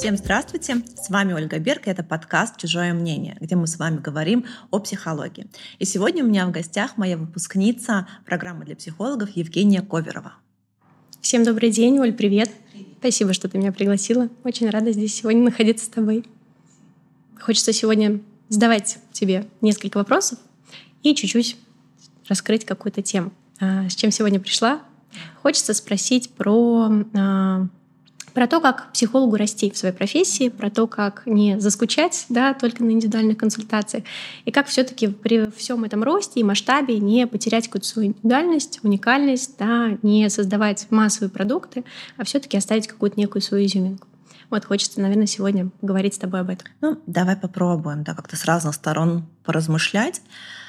Всем здравствуйте! С вами Ольга Берг, и это подкаст «Чужое мнение», где мы с вами говорим о психологии. И сегодня у меня в гостях моя выпускница программы для психологов Евгения Коверова. Всем добрый день, Оль, привет! Спасибо, что ты меня пригласила. Очень рада здесь сегодня находиться с тобой. Хочется сегодня задавать тебе несколько вопросов и чуть-чуть раскрыть какую-то тему. С чем сегодня пришла? Хочется спросить про то, как психологу расти в своей профессии, про то, как не заскучать, только на индивидуальных консультациях, и как все-таки при всем этом росте и масштабе не потерять какую-то свою индивидуальность, уникальность, не создавать массовые продукты, а все-таки оставить какую-то некую свою изюминку. Хочется, наверное, сегодня поговорить с тобой об этом. Давай попробуем, как-то с разных сторон поразмышлять.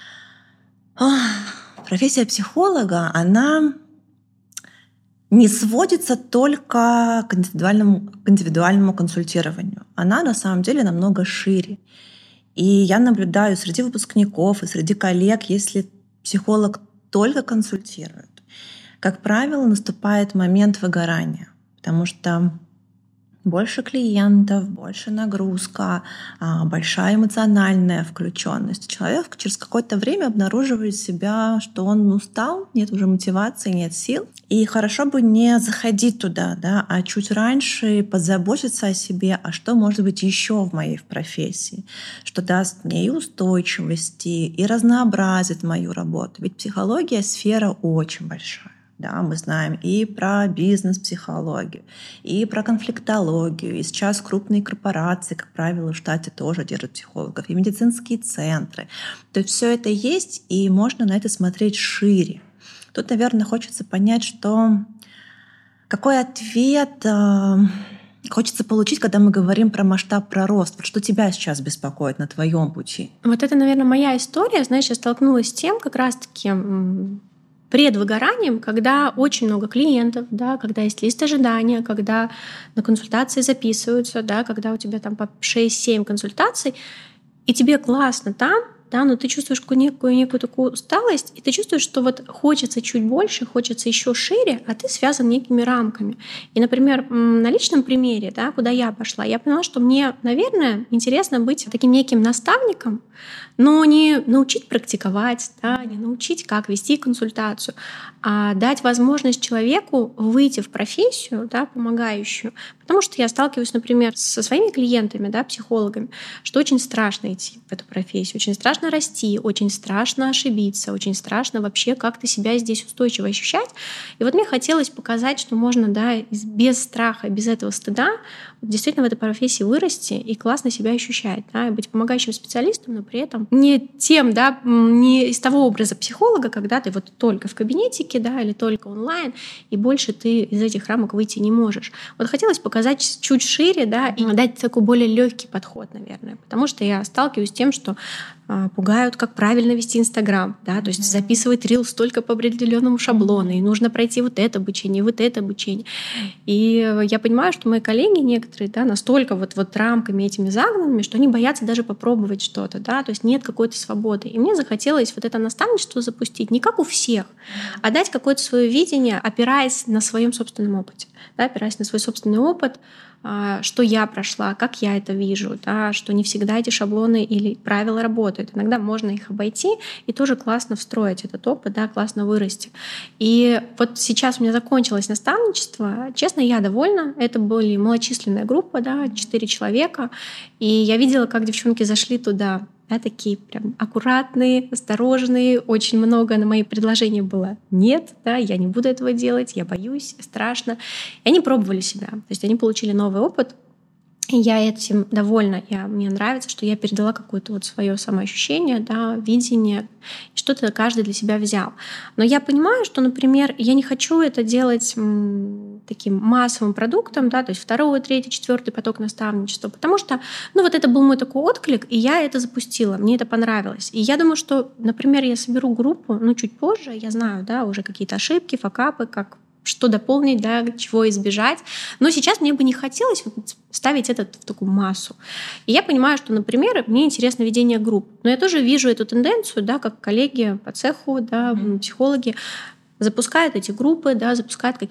Профессия психолога, она не сводится только к индивидуальному консультированию. Она на самом деле намного шире. И я наблюдаю среди выпускников и среди коллег, если психолог только консультирует, как правило, наступает момент выгорания, потому что больше клиентов, больше нагрузка, большая эмоциональная включенность. Человек через какое-то время обнаруживает себя, что он устал, нет уже мотивации, нет сил. И хорошо бы не заходить туда, а чуть раньше позаботиться о себе, а что может быть еще в моей профессии, что даст мне и устойчивости, и разнообразит мою работу. Ведь психология — сфера очень большая. Мы знаем и про бизнес-психологию, и про конфликтологию. И сейчас крупные корпорации, как правило, в штате тоже держат психологов, и медицинские центры. То есть все это есть, и можно на это смотреть шире. Тут, наверное, хочется понять, какой ответ хочется получить, когда мы говорим про масштаб, про рост. Что тебя сейчас беспокоит на твоем пути? Это, наверное, моя история. Знаешь, я столкнулась с тем, как раз-таки предвыгоранием, когда очень много клиентов, когда есть лист ожидания, когда на консультации записываются, когда у тебя там по 6-7 консультаций, и тебе классно там, но ты чувствуешь некую такую усталость, и ты чувствуешь, что хочется чуть больше, хочется еще шире, а ты связан некими рамками. И, например, на личном примере, куда я пошла, я поняла, что мне, наверное, интересно быть таким неким наставником, но не научить практиковать, не научить, как вести консультацию, а дать возможность человеку выйти в профессию, помогающую. Потому что я сталкиваюсь, например, со своими клиентами, психологами, что очень страшно идти в эту профессию, очень страшно расти, очень страшно ошибиться, очень страшно вообще как-то себя здесь устойчиво ощущать. И мне хотелось показать, что можно без страха, без этого стыда действительно в этой профессии вырасти и классно себя ощущать, и быть помогающим специалистом, но при этом не тем, не из того образа психолога, когда ты только в кабинетике, или только онлайн, и больше ты из этих рамок выйти не можешь. Хотелось показать чуть шире, и дать такой более легкий подход, наверное, потому что я сталкиваюсь с тем, что пугают, как правильно вести Инстаграм, то есть записывать рилс только по определенному шаблону, и нужно пройти это обучение, это обучение. И я понимаю, что мои коллеги некоторые, настолько рамками этими загнанными, что они боятся даже попробовать что-то, то есть нет какой-то свободы. И мне захотелось это наставничество запустить не как у всех, а дать какое-то свое видение, опираясь на своем собственном опыте, опираясь на свой собственный опыт, что я прошла, как я это вижу, что не всегда эти шаблоны или правила работают. Иногда можно их обойти и тоже классно встроить этот опыт, классно вырасти. И сейчас у меня закончилось наставничество. Честно, я довольна. Это были малочисленная группа, 4 человека. И я видела, как девчонки зашли туда, такие прям аккуратные, осторожные. Очень много на мои предложения было «нет», я не буду этого делать, я боюсь, страшно. И они пробовали себя. То есть они получили новый опыт. И я этим довольна. Мне нравится, что я передала какое-то свое самоощущение, видение, и что-то каждый для себя взял. Но я понимаю, что, например, я не хочу это делать таким массовым продуктом, то есть 2-й, 3-й, 4-й поток наставничества, потому что, это был мой такой отклик, и я это запустила, мне это понравилось. И я думаю, что, например, я соберу группу, чуть позже, я знаю, уже какие-то ошибки, факапы, как что дополнить, чего избежать. Но сейчас мне бы не хотелось ставить это в такую массу. И я понимаю, что, например, мне интересно ведение групп. Но я тоже вижу эту тенденцию, как коллеги по цеху, психологи запускают эти группы, запускают какие-то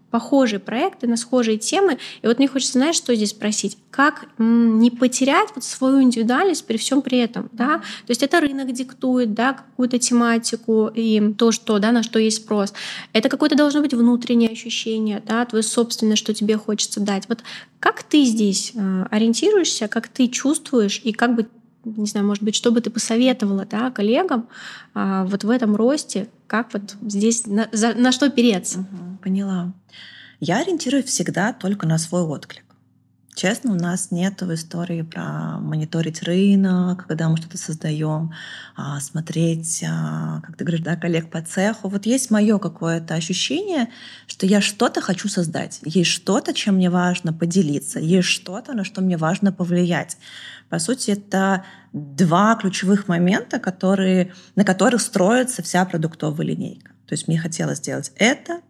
похожие проекты, на схожие темы. И вот мне хочется, знаешь, что здесь спросить? Как не потерять вот свою индивидуальность при всем при этом, да? То есть это рынок диктует, да, какую-то тематику и то, что, да, на что есть спрос. Это какое-то должно быть внутреннее ощущение, да, твое собственное, что тебе хочется дать. Вот как ты здесь ориентируешься, как ты чувствуешь и как бы, не знаю, может быть, что бы ты посоветовала, да, коллегам вот в этом росте, как вот здесь на что опереться? Поняла. Я ориентируюсь всегда только на свой отклик. Честно, у нас нет истории про мониторить рынок, когда мы что-то создаем, смотреть, как ты говоришь, да, коллег по цеху. Вот есть мое какое-то ощущение, что я что-то хочу создать. Есть что-то, чем мне важно поделиться. Есть что-то, на что мне важно повлиять. По сути, это два ключевых момента, на которых строится вся продуктовая линейка. То есть мне хотелось сделать это,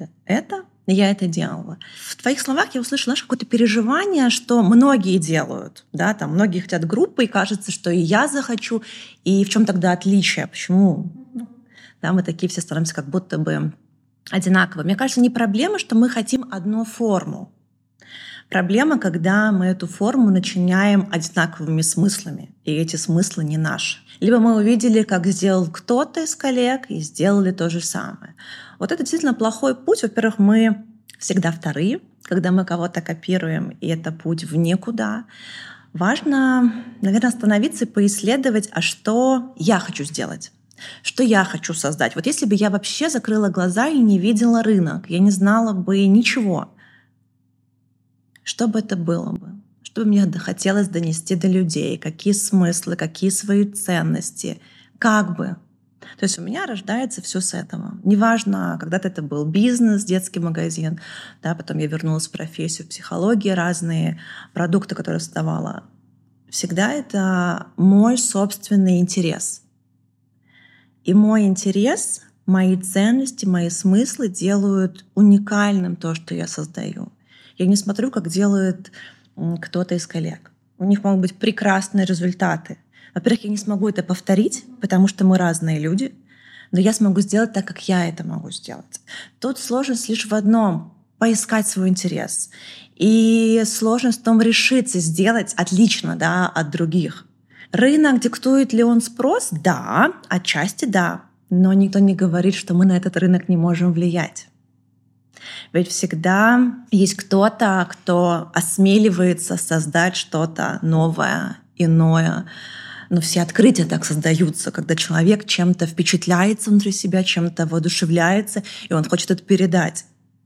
и я это делала. В твоих словах я услышала, знаешь, какое-то переживание, что многие делают. Да? Там многие хотят группы, и кажется, что и я захочу. И в чем тогда отличие? Почему? Да, мы такие все становимся как будто бы одинаковые. Мне кажется, не проблема, что мы хотим одну форму. Проблема, когда мы эту форму начиняем одинаковыми смыслами, и эти смыслы не наши. Либо мы увидели, как сделал кто-то из коллег, и сделали то же самое. Вот это действительно плохой путь. Во-первых, мы всегда вторые, когда мы кого-то копируем, и это путь в никуда. Важно, наверное, остановиться и поисследовать, а что я хочу сделать. Что я хочу создать? Вот если бы я вообще закрыла глаза и не видела рынок, я не знала бы ничего, что бы это было бы? Что бы мне хотелось донести до людей? Какие смыслы, какие свои ценности? Как бы? То есть у меня рождается все с этого. Неважно, когда-то это был бизнес, детский магазин, да, потом я вернулась в профессию, в психологии, разные продукты, которые создавала. Всегда это мой собственный интерес. И мой интерес, мои ценности, мои смыслы делают уникальным то, что я создаю. Я не смотрю, как делает кто-то из коллег. У них могут быть прекрасные результаты. Во-первых, я не смогу это повторить, потому что мы разные люди, но я смогу сделать так, как я это могу сделать. Тут сложность лишь в одном — поискать свой интерес. И сложность в том решиться сделать отлично, да, от других. Рынок диктует ли он спрос? Да, отчасти да. Но никто не говорит, что мы на этот рынок не можем влиять. Ведь всегда есть кто-то, кто осмеливается создать что-то новое, иное. Но все открытия так создаются, когда человек чем-то впечатляется внутри себя, чем-то воодушевляется, и он хочет это передать.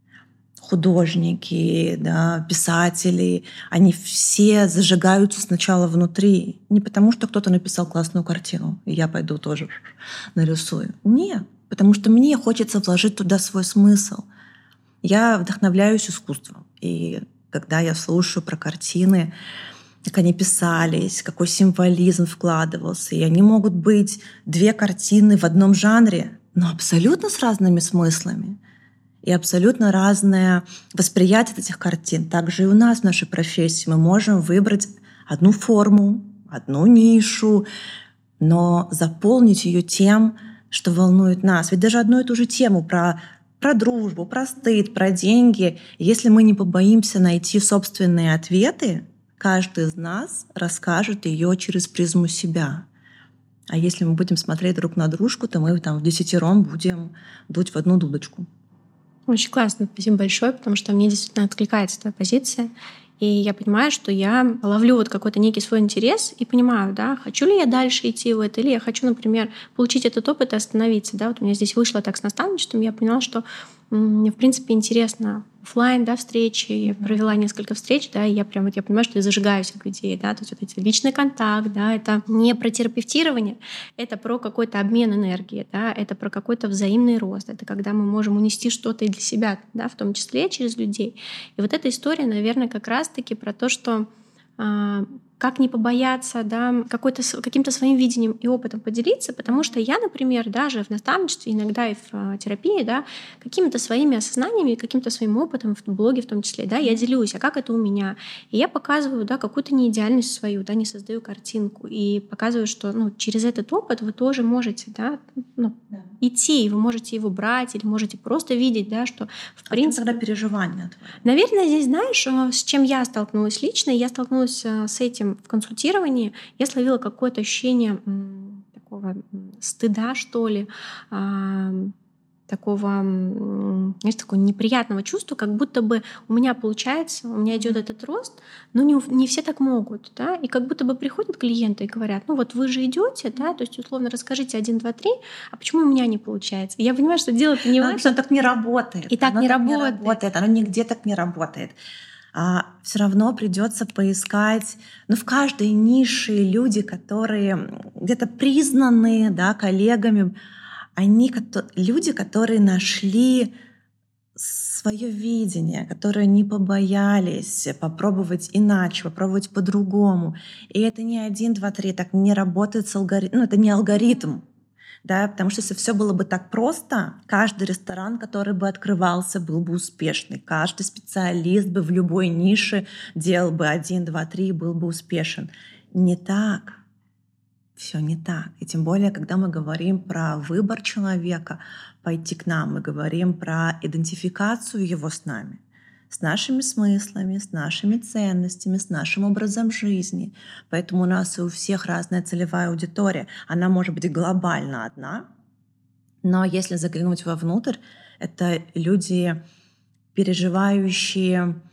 Художники, да, писатели, они все зажигаются сначала внутри. Не потому, что кто-то написал классную картину, и я пойду тоже нарисую. Нет, потому что мне хочется вложить туда свой смысл. Я вдохновляюсь искусством. И когда я слушаю про картины, как они писались, какой символизм вкладывался, и они могут быть две картины в одном жанре, но абсолютно с разными смыслами. И абсолютно разное восприятие этих картин. Также и у нас в нашей профессии мы можем выбрать одну форму, одну нишу, но заполнить ее тем, что волнует нас. Ведь даже одну и ту же тему про дружбу, про стыд, про деньги, если мы не побоимся найти собственные ответы, каждый из нас расскажет ее через призму себя. А если мы будем смотреть друг на дружку, то мы там вдесятером будем дуть в одну дудочку. Очень классно, спасибо большое, потому что мне действительно откликается твоя позиция. И я понимаю, что я ловлю вот какой-то некий свой интерес и понимаю, да, хочу ли я дальше идти в это, или я хочу, например, получить этот опыт и остановиться. Да? Вот у меня здесь вышло так с наставничеством, я поняла, что мне, в принципе, интересно офлайн, да, встречи. Я провела несколько встреч, да, и я понимаю, что я зажигаюсь от людей, да, то есть вот эти личный контакт, да, это не про терапевтирование, это про какой-то обмен энергией, да, это про какой-то взаимный рост, это когда мы можем унести что-то и для себя, да, в том числе через людей. И вот эта история, наверное, как раз-таки про то, что как не побояться, да, каким-то своим видением и опытом поделиться, потому что я, например, даже в наставничестве, иногда и в терапии, да, какими-то своими осознаниями, каким-то своим опытом, в блоге в том числе, да, я делюсь, а как это у меня. И я показываю, да, какую-то неидеальность свою, да, не создаю картинку, и показываю, что, ну, через этот опыт вы тоже можете, да, ну, идти, и вы можете его брать, или можете просто видеть, да, что в принципе... тогда переживания твои? Наверное, здесь, знаешь, с чем я столкнулась лично, я столкнулась с этим в консультировании, я словила какое-то ощущение такого стыда, что ли, такого, знаешь, такого неприятного чувства, как будто бы у меня получается, у меня идет этот рост, но не все так могут, да, и как будто бы приходят клиенты и говорят, ну вот вы же идете, да, то есть условно расскажите 1, 2, 3, а почему у меня не получается? И я понимаю, что дело-то не в этом. Оно так не работает. И так не работает. Оно нигде так не работает. Все равно придется поискать, ну, в каждой нише люди, которые где-то признаны, да, коллегами, они люди, которые нашли свое видение, которые не побоялись попробовать иначе, попробовать по-другому. И это не 1, 2, 3, так не работает с алгоритмом. Ну, это не алгоритм. Да, потому что если все было бы так просто, каждый ресторан, который бы открывался, был бы успешный. Каждый специалист бы в любой нише делал бы 1, 2, 3 и был бы успешен. Не так. Все не так. И тем более, когда мы говорим про выбор человека пойти к нам, мы говорим про идентификацию его с нами, с нашими смыслами, с нашими ценностями, с нашим образом жизни. Поэтому у нас и у всех разная целевая аудитория. Она может быть глобально одна, но если заглянуть вовнутрь, это люди, переживающие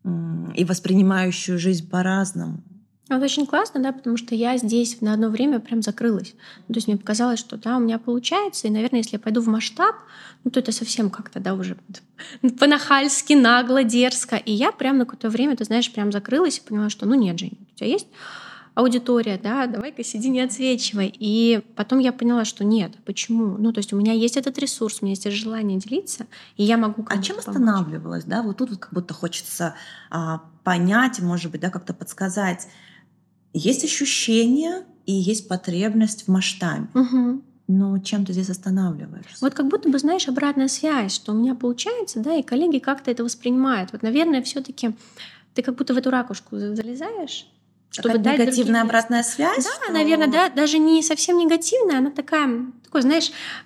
и воспринимающие жизнь по-разному. Вот очень классно, да, потому что я здесь на одно время прям закрылась. Ну, то есть мне показалось, что да, у меня получается, и, наверное, если я пойду в масштаб, ну, то это совсем как-то, да, уже по-нахальски, нагло, дерзко. И я прям на какое-то время, ты знаешь, прям закрылась и поняла, что ну нет, Жень, у тебя есть аудитория, да, давай-ка сиди, не отсвечивай. И потом я поняла, что нет, почему? Ну, то есть у меня есть этот ресурс, у меня есть это желание делиться, и я могу А чем останавливалась, да? Вот тут вот как будто хочется понять, может быть, да, как-то подсказать. Есть ощущение и есть потребность в масштабе. Угу. Но чем ты здесь останавливаешься? Вот как будто бы, знаешь, обратная связь, что у меня получается, да, и коллеги как-то это воспринимают. Вот, наверное, все-таки ты как будто в эту ракушку залезаешь, чтобы дать негативная обратная связь? Да, что... наверное, да, даже не совсем негативная, она такой, знаешь,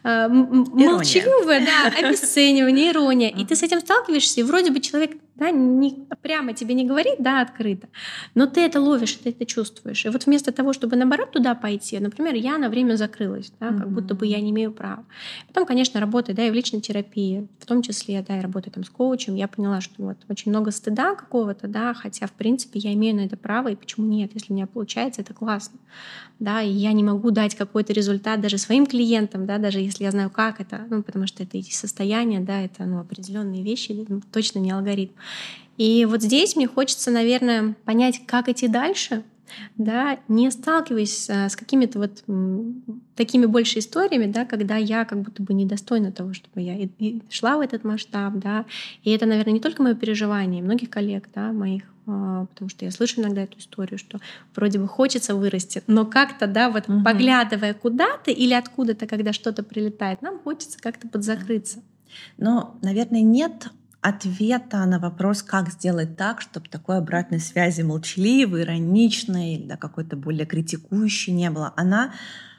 молчаливая, да, обесценивание, ирония. И ты с этим сталкиваешься, и вроде бы человек, да, прямо тебе не говорит, да, открыто, но ты это ловишь, ты это чувствуешь. И вот вместо того, чтобы наоборот туда пойти, например, я на время закрылась, да, как будто бы я не имею права. Потом, конечно, работая, да, и в личной терапии, в том числе, да, и работая там с коучем, я поняла, что вот очень много стыда какого-то, да, хотя, в принципе, я имею на это право, и почему нет, если у меня получается, это классно, да, и я не могу дать какой-то результат даже своим клиентам, да, даже если я знаю, как это, ну, потому что это эти состояния, да, это, ну, определенные вещи, точно не алгоритм. И вот здесь мне хочется, наверное, понять, как идти дальше, да, не сталкиваясь с какими-то вот такими больше историями, да, когда я как будто бы недостойна того, чтобы я и шла в этот масштаб, да, и это, наверное, не только мое переживание, многих коллег, да, моих, потому что я слышу иногда эту историю, что вроде бы хочется вырасти, но как-то, да, вот поглядывая куда-то или откуда-то, когда что-то прилетает, нам хочется как-то подзакрыться. Но, наверное, нет ответа на вопрос, как сделать так, чтобы такой обратной связи молчаливой, ироничной или да, какой-то более критикующей не было. Она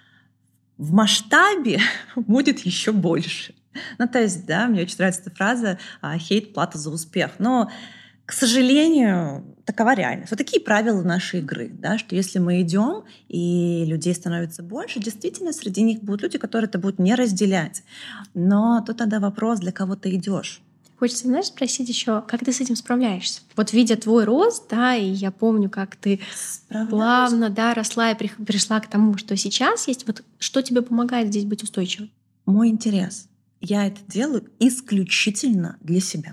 в масштабе будет еще больше. Ну, то есть, да, мне очень нравится эта фраза «хейт — плата за успех». Но, к сожалению, такова реальность. Вот такие правила нашей игры, да, что если мы идем и людей становится больше, действительно, среди них будут люди, которые это будут не разделять. Но тут тогда вопрос, для кого ты идешь. Хочется, знаешь, спросить еще, как ты с этим справляешься? Вот видя твой рост, да, и я помню, как ты плавно, да, росла и пришла к тому, что сейчас есть. Вот что тебе помогает здесь быть устойчивой? Мой интерес. Я это делаю исключительно для себя.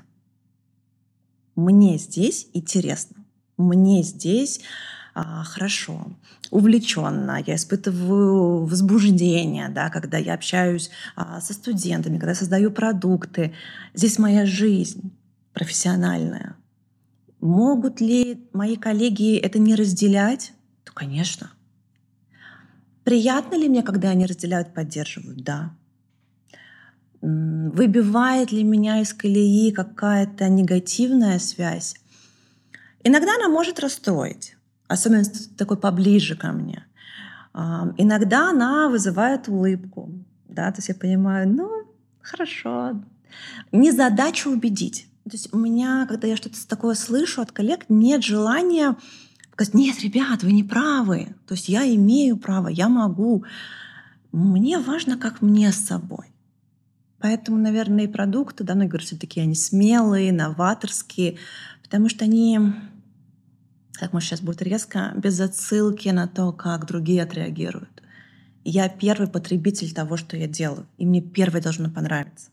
Мне здесь интересно. Мне здесь хорошо, увлеченно, я испытываю возбуждение, да, когда я общаюсь со студентами, когда создаю продукты. Здесь моя жизнь профессиональная. Могут ли мои коллеги это не разделять? то, конечно. Приятно ли мне, когда они разделяют, поддерживают? Да. Выбивает ли меня из колеи какая-то негативная связь? Иногда она может расстроить, особенно если ты такой поближе ко мне. Иногда она вызывает улыбку. Да, то есть я понимаю, ну, хорошо. Не задача убедить. То есть у меня, когда я что-то такое слышу от коллег, нет желания сказать: нет, ребят, вы не правы. То есть я имею право, я могу. Мне важно, как мне с собой. Поэтому, наверное, и продукты, да, говорят, все-таки они смелые, новаторские, потому что они, как может сейчас будет резко, без отсылки на то, как другие отреагируют. Я первый потребитель того, что я делаю, и мне первое должно понравиться.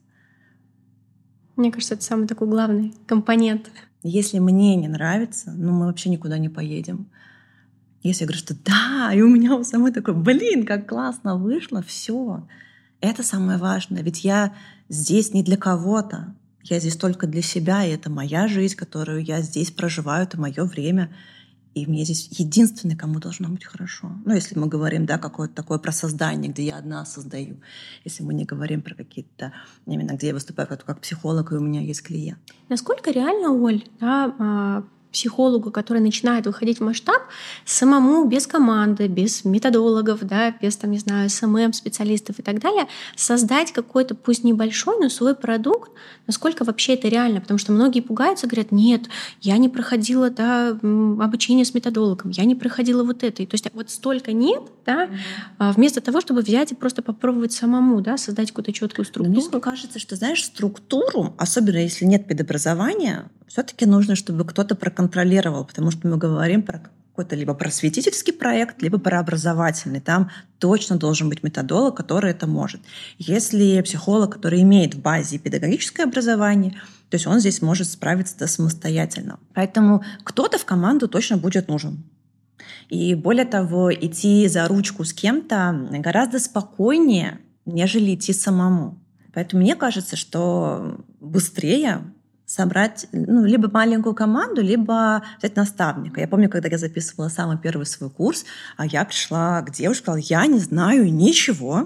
Мне кажется, это самый такой главный компонент. Если мне не нравится, ну мы вообще никуда не поедем. Если я говорю, что да, и у меня у самой такой, блин, как классно вышло, все. Это самое важное. Ведь я здесь не для кого-то. Я здесь только для себя, и это моя жизнь, которую я здесь проживаю, это мое время. И мне здесь единственное, кому должно быть хорошо. Ну, если мы говорим, да, какое-то такое про создание, где я одна создаю. Если мы не говорим про какие-то, именно где я выступаю как психолог, и у меня есть клиент. Насколько реально, Оль, да, психологу, который начинает выходить в масштаб, самому без команды, без методологов, да, без, там, не знаю, СММ, специалистов и так далее, создать какой-то, пусть небольшой, но свой продукт, насколько вообще это реально? Потому что многие пугаются, говорят: нет, я не проходила, да, обучение с методологом, я не проходила вот это. И, то есть вот столько нет, да, вместо того, чтобы взять и просто попробовать самому, да, создать какую-то четкую структуру. Мне кажется, что, знаешь, структуру, особенно если нет педобразования, все-таки нужно, чтобы кто-то проконтролировал, потому что мы говорим про какой-то либо просветительский проект, либо про образовательный. Там точно должен быть методолог, который это может. Если психолог, который имеет в базе педагогическое образование, то есть он здесь может справиться самостоятельно. Поэтому кто-то в команду точно будет нужен. И более того, идти за ручку с кем-то гораздо спокойнее, нежели идти самому. Поэтому мне кажется, что быстрее собрать либо маленькую команду, либо взять наставника. Я помню, когда я записывала самый первый свой курс, я пришла к девушке, сказала: я не знаю ничего,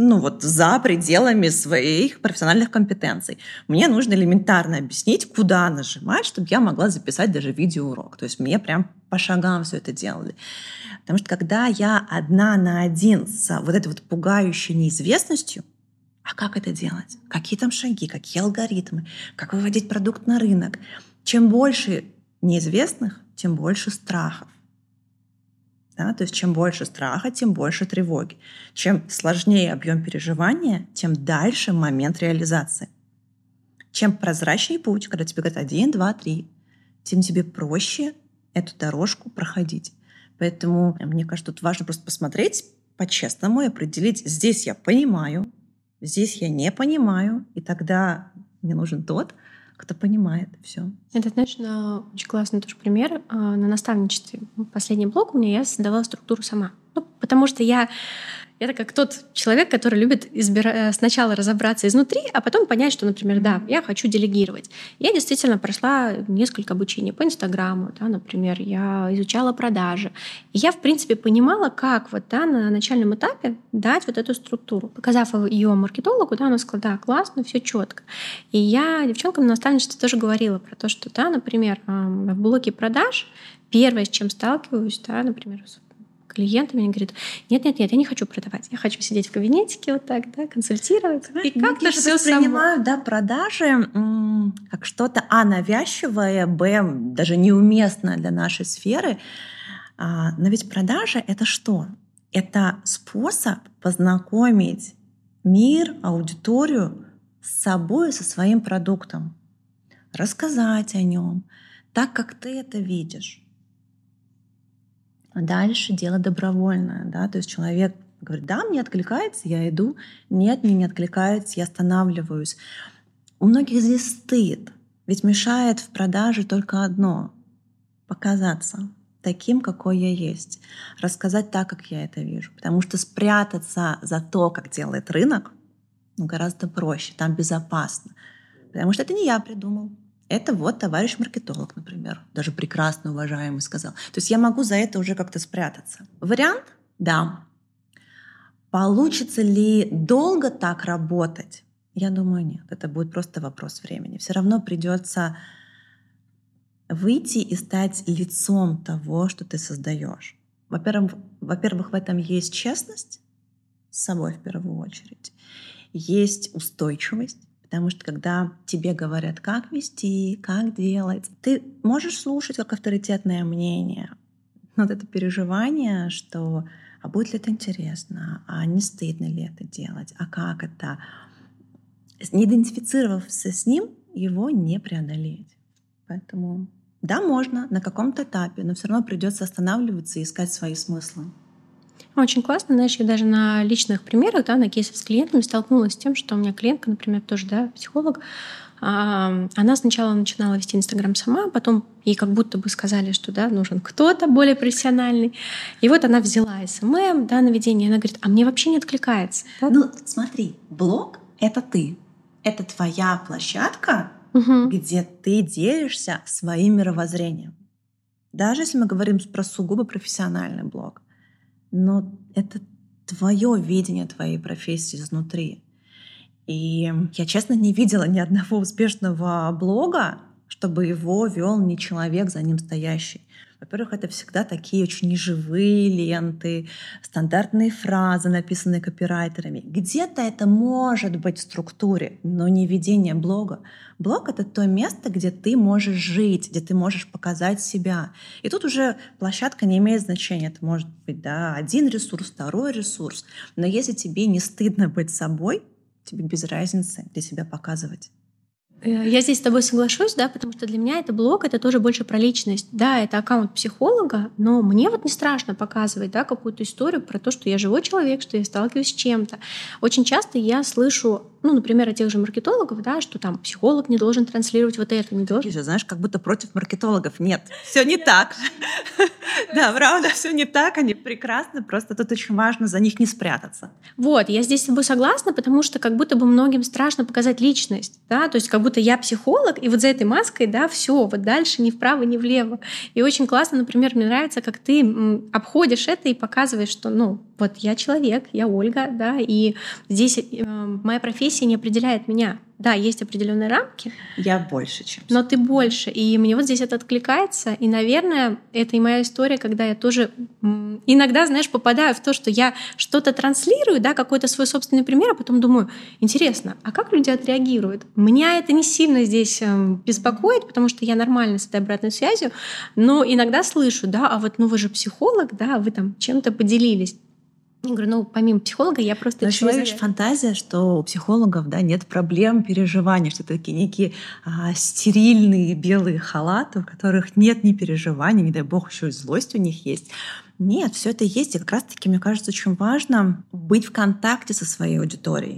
за пределами своих профессиональных компетенций. Мне нужно элементарно объяснить, куда нажимать, чтобы я могла записать даже видеоурок. То есть мне прям по шагам все это делали. Потому что когда я одна на один с вот этой вот пугающей неизвестностью, а как это делать? Какие там шаги, какие алгоритмы, как выводить продукт на рынок? Чем больше неизвестных, тем больше страхов. Да? То есть чем больше страха, тем больше тревоги. Чем сложнее объем переживания, тем дальше момент реализации. Чем прозрачнее путь, когда тебе говорят 1, 2, 3, тем тебе проще эту дорожку проходить. Поэтому, мне кажется, тут важно просто посмотреть по-честному и определить: здесь я понимаю, здесь я не понимаю, и тогда мне нужен тот, кто понимает все. Это, знаешь, очень классный тоже пример. На наставничестве последний блок у меня я создавала структуру сама. Потому что это как тот человек, который любит сначала разобраться изнутри, а потом понять, что, например, да, я хочу делегировать. Я действительно прошла несколько обучений по Инстаграму, да, например, я изучала продажи. И я, в принципе, понимала, как на начальном этапе дать вот эту структуру. Показав ее маркетологу, она сказала: да, классно, все четко. И я девчонкам на наставничестве тоже говорила про то, что, да, например, в блоке продаж первое, с чем сталкиваюсь, да, например, с клиентами, они говорят: нет, я не хочу продавать, я хочу сидеть в кабинетике вот так, да, консультировать. И как-то все воспринимают, да, продажи как что-то навязчивое, даже неуместное для нашей сферы. Но ведь продажа — это что? Это способ познакомить мир, аудиторию с собой, со своим продуктом, рассказать о нем так, как ты это видишь. А дальше дело добровольное, да, то есть человек говорит: да, мне откликается, я иду, нет, мне не откликается, я останавливаюсь. У многих здесь стыд, ведь мешает в продаже только одно — показаться таким, какой я есть, рассказать так, как я это вижу. Потому что спрятаться за то, как делает рынок, гораздо проще, там безопасно. Потому что это не я придумал, Это вот товарищ маркетолог, например, даже прекрасно уважаемый сказал. То есть я могу за это уже как-то спрятаться. Вариант? Да. Получится ли долго так работать? Я думаю, нет. Это будет просто вопрос времени. Все равно придется выйти и стать лицом того, что ты создаешь. Во-первых, в этом есть честность с собой в первую очередь. Есть устойчивость, потому что когда тебе говорят, как вести, как делать, ты можешь слушать как авторитетное мнение. Но вот это переживание, что а будет ли это интересно, а не стыдно ли это делать, а как это, не идентифицировавшись с ним, его не преодолеть. Поэтому да, можно на каком-то этапе, но все равно придется останавливаться и искать свои смыслы. Очень классно, знаешь, я даже на личных примерах, да, на кейсах с клиентами столкнулась с тем, что у меня клиентка, например, тоже, да, психолог, она сначала начинала вести Инстаграм сама, потом ей как будто бы сказали, что да, нужен кто-то более профессиональный. И вот она взяла СММ, да, на ведение, и она говорит, а мне вообще не откликается. Да? Ну, смотри, блог — это ты. Это твоя площадка, где ты делишься своим мировоззрением. Даже если мы говорим про сугубо профессиональный блог. Но это твое видение твоей профессии изнутри. И я, честно, не видела ни одного успешного блога, чтобы его вел не человек, за ним стоящий. Во-первых, это всегда такие очень неживые ленты, стандартные фразы, написанные копирайтерами. Где-то это может быть в структуре, но не ведение блога. Блог — это то место, где ты можешь жить, где ты можешь показать себя. И тут уже площадка не имеет значения. Это может быть, да, один ресурс, второй ресурс. Но если тебе не стыдно быть собой, тебе без разницы, где себя показывать. Я здесь с тобой соглашусь, да, потому что для меня это блог, это тоже больше про личность. Да, это аккаунт психолога, но мне вот не страшно показывать, да, какую-то историю про то, что я живой человек, что я сталкиваюсь с чем-то. Очень часто я слышу, ну, например, от тех же маркетологов, да, что там психолог не должен транслировать вот это, не должен. Ты же знаешь, как будто против маркетологов. Нет, все не так. Да, правда, все не так, они прекрасны, просто тут очень важно за них не спрятаться. Вот, я здесь с тобой согласна, потому что как будто бы многим страшно показать личность, да, то есть как будто я психолог, и вот за этой маской, да, все, вот дальше ни вправо, ни влево. И очень классно, например, мне нравится, как ты обходишь это и показываешь, что, ну, вот я человек, я Ольга, да, и здесь моя профессия не определяет меня. Да, есть определенные рамки. Я больше, чем. Но ты больше. И мне вот здесь это откликается. И, наверное, это и моя история, когда я тоже иногда, знаешь, попадаю в то, что я что-то транслирую, да, какой-то свой собственный пример, а потом думаю, интересно, а как люди отреагируют? Меня это не сильно здесь беспокоит, потому что я нормально с этой обратной связью, но иногда слышу, да, а вот, ну вы же психолог, да, вы там чем-то поделились. Я говорю, ну, помимо психолога, я просто человек. Знаешь, фантазия, что у психологов, да, нет проблем, переживаний, что такие некие стерильные белые халаты, у которых нет ни переживаний, не дай бог, еще и злость у них есть. Нет, все это есть. И как раз-таки, мне кажется, очень важно быть в контакте со своей аудиторией.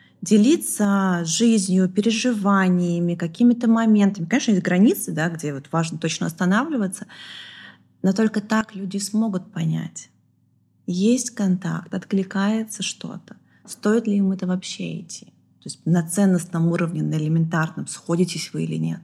Делиться жизнью, переживаниями, какими-то моментами. Конечно, есть границы, да, где вот важно точно останавливаться, но только так люди смогут понять. Есть контакт, откликается что-то. Стоит ли им это вообще идти? То есть на ценностном уровне, на элементарном, сходитесь вы или нет?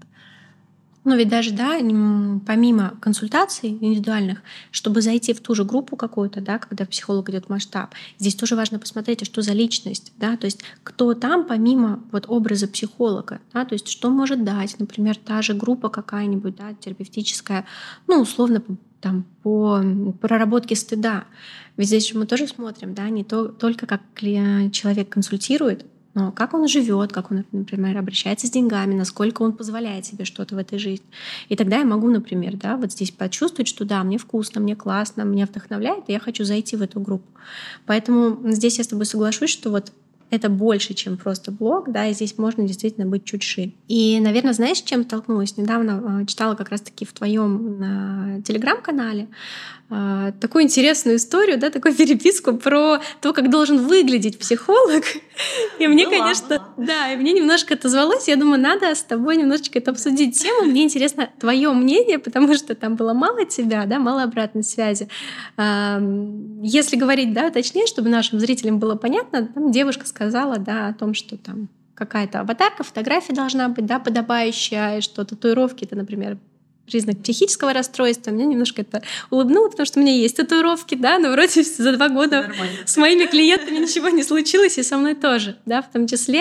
Но ведь даже, да, помимо консультаций индивидуальных, чтобы зайти в ту же группу какую-то, да, когда психолог идет в масштаб, здесь тоже важно посмотреть, а что за личность, да, то есть кто там помимо вот образа психолога, да, то есть что может дать, например, та же группа какая-нибудь, да, терапевтическая, ну, условно, там, по проработке стыда. Ведь здесь же мы тоже смотрим, да, не только как человек консультирует, но как он живет, как он, например, обращается с деньгами, насколько он позволяет себе что-то в этой жизни. И тогда я могу, например, да, вот здесь почувствовать, что да, мне вкусно, мне классно, меня вдохновляет, и я хочу зайти в эту группу. Поэтому здесь я с тобой соглашусь, что вот это больше, чем просто блог, да, и здесь можно действительно быть чуть шире. И, наверное, знаешь, с чем столкнулась? Недавно читала как раз-таки в твоем телеграм-канале такую интересную историю, да, такую переписку про то, как должен выглядеть психолог. И мне, конечно, да, и мне немножко отозвалось. Я думаю, надо с тобой немножечко это обсудить тему. Мне интересно твое мнение, потому что там было мало тебя, да, мало обратной связи. Если говорить, да, точнее, чтобы нашим зрителям было понятно, там девушка сказала, да, о том, что там какая-то аватарка, фотография должна быть, да, подобающая, что татуировки — это, например, признак психического расстройства. Меня немножко это улыбнуло, потому что у меня есть татуировки, да, но вроде за 2 года нормально. С моими клиентами ничего не случилось, и со мной тоже, да, в том числе.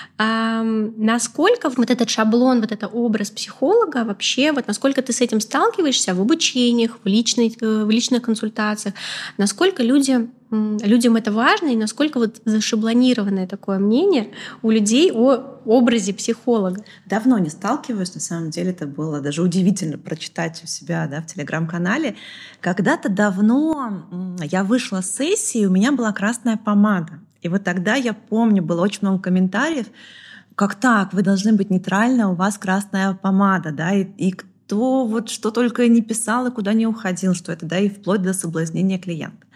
Насколько вот этот шаблон, вот этот образ психолога вообще, вот насколько ты с этим сталкиваешься в обучениях, в личных консультациях, насколько людям это важно, и насколько вот зашаблонированное такое мнение у людей о образе психолога? Давно не сталкиваюсь, на самом деле это было даже удивительно прочитать у себя, да, в телеграм-канале. Когда-то давно я вышла с сессии, у меня была красная помада. И вот тогда, я помню, было очень много комментариев, как так, вы должны быть нейтральны, у вас красная помада, да, и кто вот что только не писал и куда не уходил, что это, да, и вплоть до соблазнения клиента.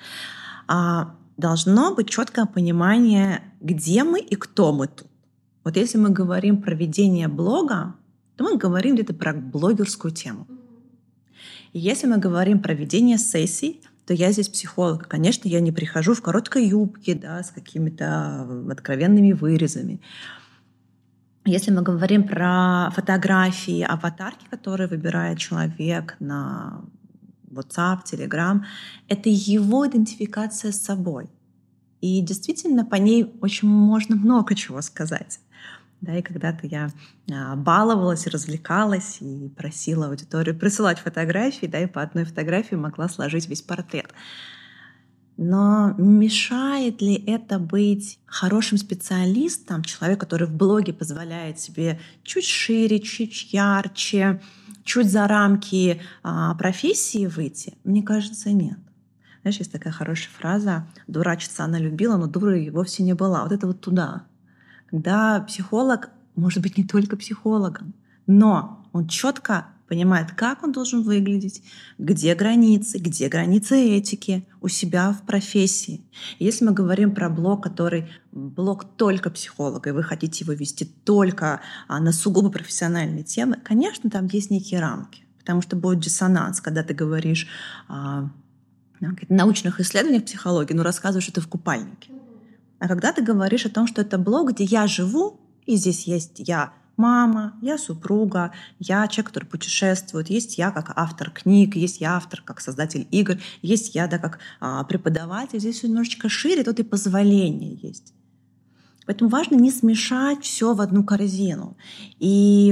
Должно быть четкое понимание, где мы и кто мы тут. Вот если мы говорим про ведение блога, то мы говорим где-то про блогерскую тему. И если мы говорим про ведение сессий, то я здесь психолог. Конечно, я не прихожу в короткой юбке, да, с какими-то откровенными вырезами. Если мы говорим про фотографии, аватарки, которые выбирает человек на WhatsApp, Telegram, это его идентификация с собой. И действительно, по ней очень можно много чего сказать. Да, и когда-то я баловалась, развлекалась и просила аудиторию присылать фотографии, да, и по одной фотографии могла сложить весь портрет. Но мешает ли это быть хорошим специалистом, человек, который в блоге позволяет себе чуть шире, чуть ярче, чуть за рамки профессии выйти? Мне кажется, нет. Знаешь, есть такая хорошая фраза: «Дурачиться она любила, но дурой вовсе не была». Вот это вот туда. Когда психолог может быть не только психологом, но он четко понимает, как он должен выглядеть, где границы этики у себя в профессии. И если мы говорим про блог, который блог только психолога, и вы хотите его вести только на сугубо профессиональные темы, конечно, там есть некие рамки, потому что будет диссонанс, когда ты говоришь о научных исследованиях психологии, но рассказываешь это в купальнике. А когда ты говоришь о том, что это блог, где я живу, и здесь есть я мама, я супруга, я человек, который путешествует, есть я как автор книг, есть я автор как создатель игр, есть я, да, как преподаватель, здесь все немножечко шире, тут и позволение есть. Поэтому важно не смешать все в одну корзину. И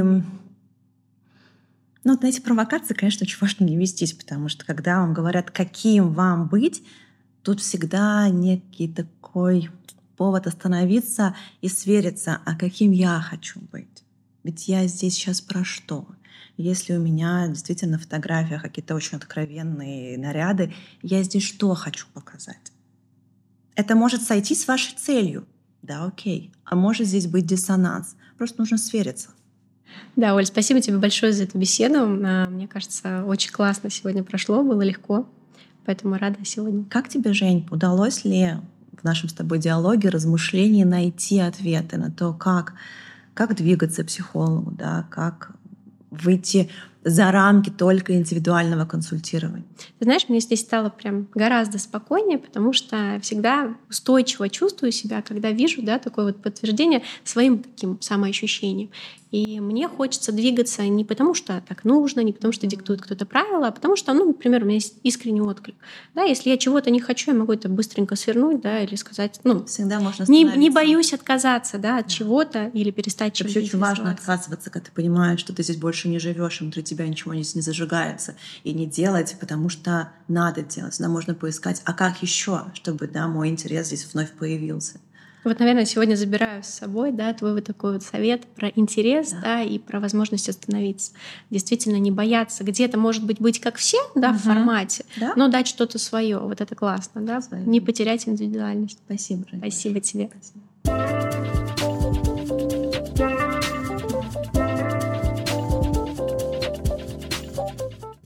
на эти провокации, конечно, очень важно не вестись, потому что когда вам говорят, каким вам быть, тут всегда некий такой повод остановиться и свериться, а каким я хочу быть. Ведь я здесь сейчас про что? Если у меня действительно в фотографиях какие-то очень откровенные наряды, я здесь что хочу показать? Это может сойтись с вашей целью. Да, окей. А может здесь быть диссонанс. Просто нужно свериться. Да, Оль, спасибо тебе большое за эту беседу. Мне кажется, очень классно сегодня прошло, было легко. Поэтому рада сегодня. Как тебе, Жень, удалось ли в нашем с тобой диалоге, размышлении найти ответы на то, как двигаться психологу, да, как выйти за рамки только индивидуального консультирования? Ты знаешь, мне здесь стало прям гораздо спокойнее, потому что всегда устойчиво чувствую себя, когда вижу, да, такое вот подтверждение своим таким самоощущением. И мне хочется двигаться не потому, что так нужно, не потому, что диктует кто-то правила, а потому что, например, у меня есть искренний отклик. Да, если я чего-то не хочу, я могу это быстренько свернуть, да, или сказать, всегда можно не боюсь отказаться, да, от чего-то или перестать чем-то интересоваться. Очень важно отказываться, когда ты понимаешь, что ты здесь больше не живешь, и внутри тебя ничего не зажигается, и не делать, потому что надо делать. Всегда можно поискать, а как еще, чтобы, да, мой интерес здесь вновь появился. Вот, наверное, сегодня забираю с собой, да, твой вот такой вот совет про интерес, да, и про возможность остановиться. Действительно, не бояться. Где-то, может быть как все, да, в формате, да? Но дать что-то свое. Вот это классно, да, не потерять индивидуальность. Спасибо, Жень. Спасибо тебе. Спасибо.